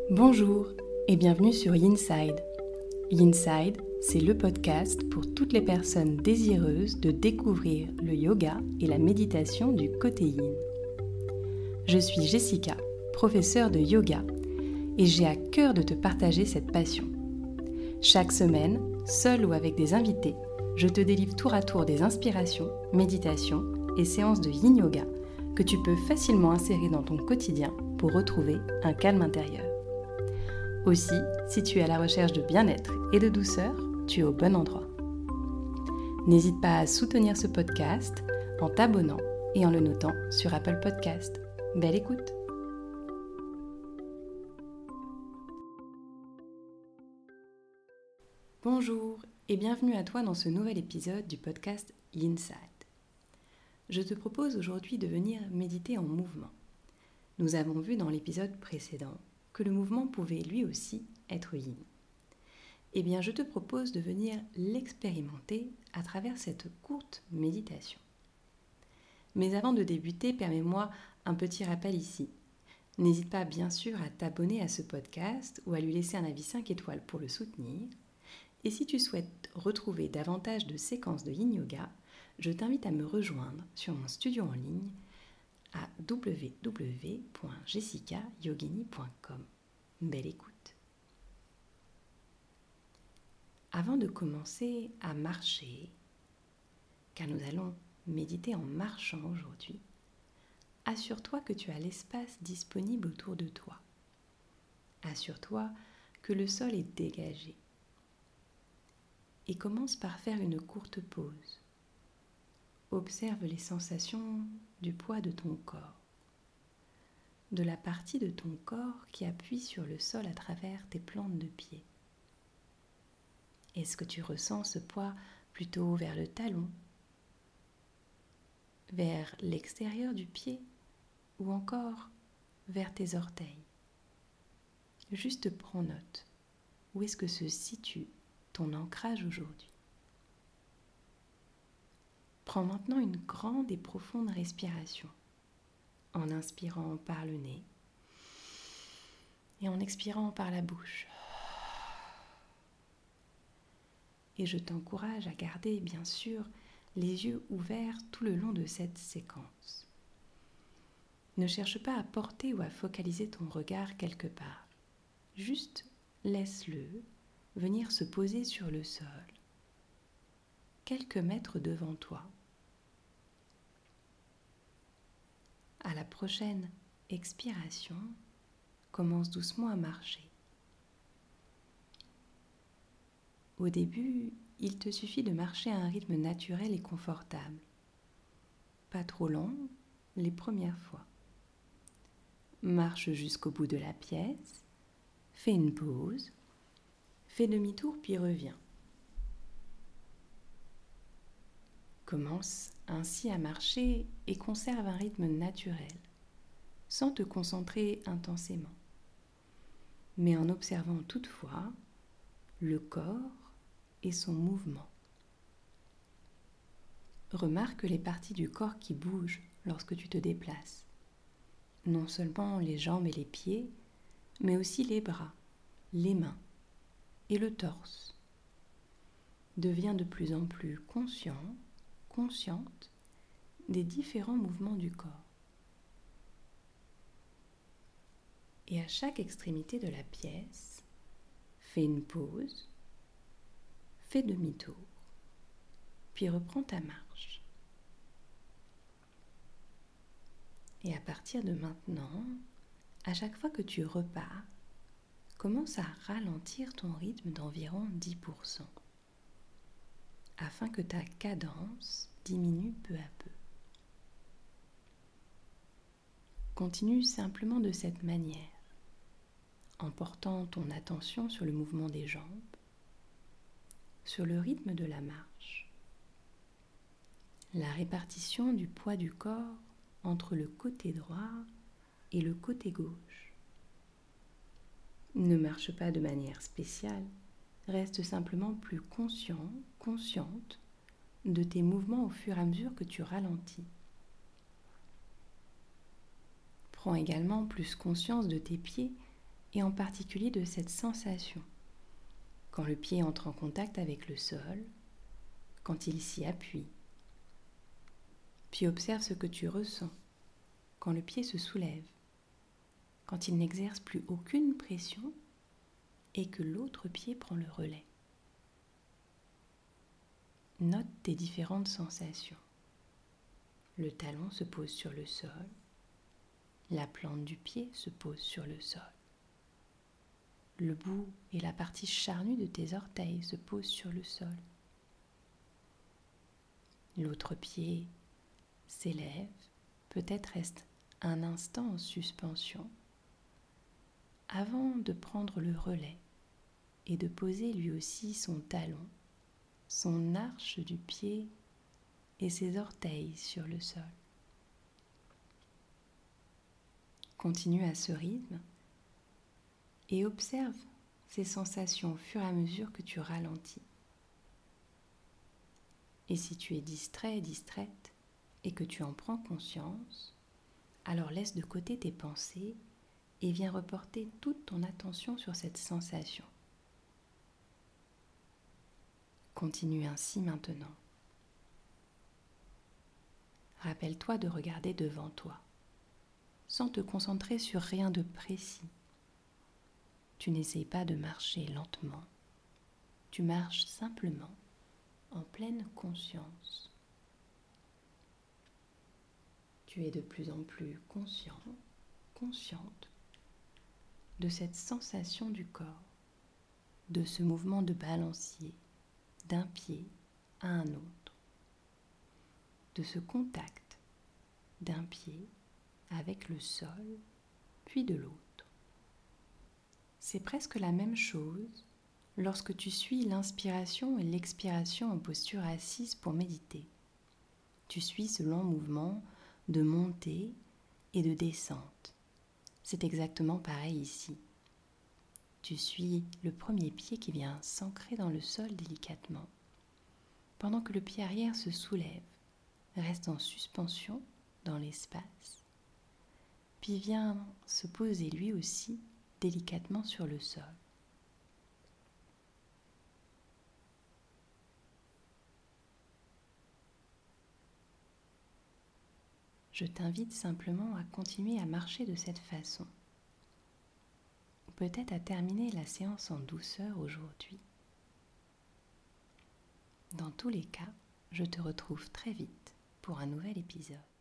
Bonjour et bienvenue sur Yinside. Yinside, c'est le podcast pour toutes les personnes désireuses de découvrir le yoga et la méditation du côté yin. Je suis Jessica, professeure de yoga, et j'ai à cœur de te partager cette passion. Chaque semaine, seule ou avec des invités, je te délivre tour à tour des inspirations, méditations et séances de yin yoga que tu peux facilement insérer dans ton quotidien pour retrouver un calme intérieur. Aussi, si tu es à la recherche de bien-être et de douceur, tu es au bon endroit. N'hésite pas à soutenir ce podcast en t'abonnant et en le notant sur Apple Podcast. Belle écoute! Bonjour et bienvenue à toi dans ce nouvel épisode du podcast Yinside. Je te propose aujourd'hui de venir méditer en mouvement. Nous avons vu dans l'épisode précédent que le mouvement pouvait lui aussi être yin. Eh bien, je te propose de venir l'expérimenter à travers cette courte méditation. Mais avant de débuter, permets-moi un petit rappel ici. N'hésite pas bien sûr à t'abonner à ce podcast ou à lui laisser un avis 5 étoiles pour le soutenir. Et si tu souhaites retrouver davantage de séquences de yin yoga, je t'invite à me rejoindre sur mon studio en ligne à www.jessicayogini.com. Belle écoute. Avant de commencer à marcher, car nous allons méditer en marchant aujourd'hui, assure-toi que tu as l'espace disponible autour de toi. Assure-toi que le sol est dégagé. Et commence par faire une courte pause. Observe les sensations du poids de ton corps, de la partie de ton corps qui appuie sur le sol à travers tes plantes de pied. Est-ce que tu ressens ce poids plutôt vers le talon, vers l'extérieur du pied ou encore vers tes orteils? Juste prends note. Où est-ce que se situe ton ancrage aujourd'hui? Prends maintenant une grande et profonde respiration en inspirant par le nez et en expirant par la bouche. Et je t'encourage à garder bien sûr les yeux ouverts tout le long de cette séquence. Ne cherche pas à porter ou à focaliser ton regard quelque part. Juste laisse-le venir se poser sur le sol, quelques mètres devant toi. À la prochaine expiration, commence doucement à marcher. Au début, il te suffit de marcher à un rythme naturel et confortable. Pas trop lent les premières fois. Marche jusqu'au bout de la pièce, fais une pause, fais demi-tour puis reviens. Commence ainsi à marcher et conserve un rythme naturel, sans te concentrer intensément, mais en observant toutefois le corps et son mouvement. Remarque les parties du corps qui bougent lorsque tu te déplaces. Non seulement les jambes et les pieds, mais aussi les bras, les mains et le torse. Deviens de plus en plus consciente des différents mouvements du corps. Et à chaque extrémité de la pièce, fais une pause, fais demi-tour, puis reprends ta marche. Et à partir de maintenant, à chaque fois que tu repars, commence à ralentir ton rythme d'environ 10%, afin que ta cadence diminue peu à peu. Continue simplement de cette manière, en portant ton attention sur le mouvement des jambes, sur le rythme de la marche, la répartition du poids du corps entre le côté droit et le côté gauche. Ne marche pas de manière spéciale, reste simplement plus consciente de tes mouvements au fur et à mesure que tu ralentis. Prends également plus conscience de tes pieds et en particulier de cette sensation quand le pied entre en contact avec le sol, quand il s'y appuie. Puis observe ce que tu ressens quand le pied se soulève, quand il n'exerce plus aucune pression et que l'autre pied prend le relais. Note tes différentes sensations. Le talon se pose sur le sol, la plante du pied se pose sur le sol. Le bout et la partie charnue de tes orteils se posent sur le sol. L'autre pied s'élève, peut-être reste un instant en suspension, avant de prendre le relais et de poser lui aussi son talon, son arche du pied et ses orteils sur le sol. Continue à ce rythme et observe ces sensations au fur et à mesure que tu ralentis. Et si tu es distrait, distraite, et que tu en prends conscience, alors laisse de côté tes pensées et viens reporter toute ton attention sur cette sensation. Continue ainsi maintenant. Rappelle-toi de regarder devant toi, sans te concentrer sur rien de précis. Tu n'essayes pas de marcher lentement, tu marches simplement en pleine conscience. Tu es de plus en plus conscient, consciente de cette sensation du corps, de ce mouvement de balancier d'un pied à un autre, de ce contact d'un pied avec le sol, puis de l'autre. C'est presque la même chose lorsque tu suis l'inspiration et l'expiration en posture assise pour méditer. Tu suis ce lent mouvement de montée et de descente. C'est exactement pareil ici. Tu suis le premier pied qui vient s'ancrer dans le sol délicatement, pendant que le pied arrière se soulève, reste en suspension dans l'espace, puis vient se poser lui aussi délicatement sur le sol. Je t'invite simplement à continuer à marcher de cette façon, ou peut-être à terminer la séance en douceur aujourd'hui. Dans tous les cas, je te retrouve très vite pour un nouvel épisode.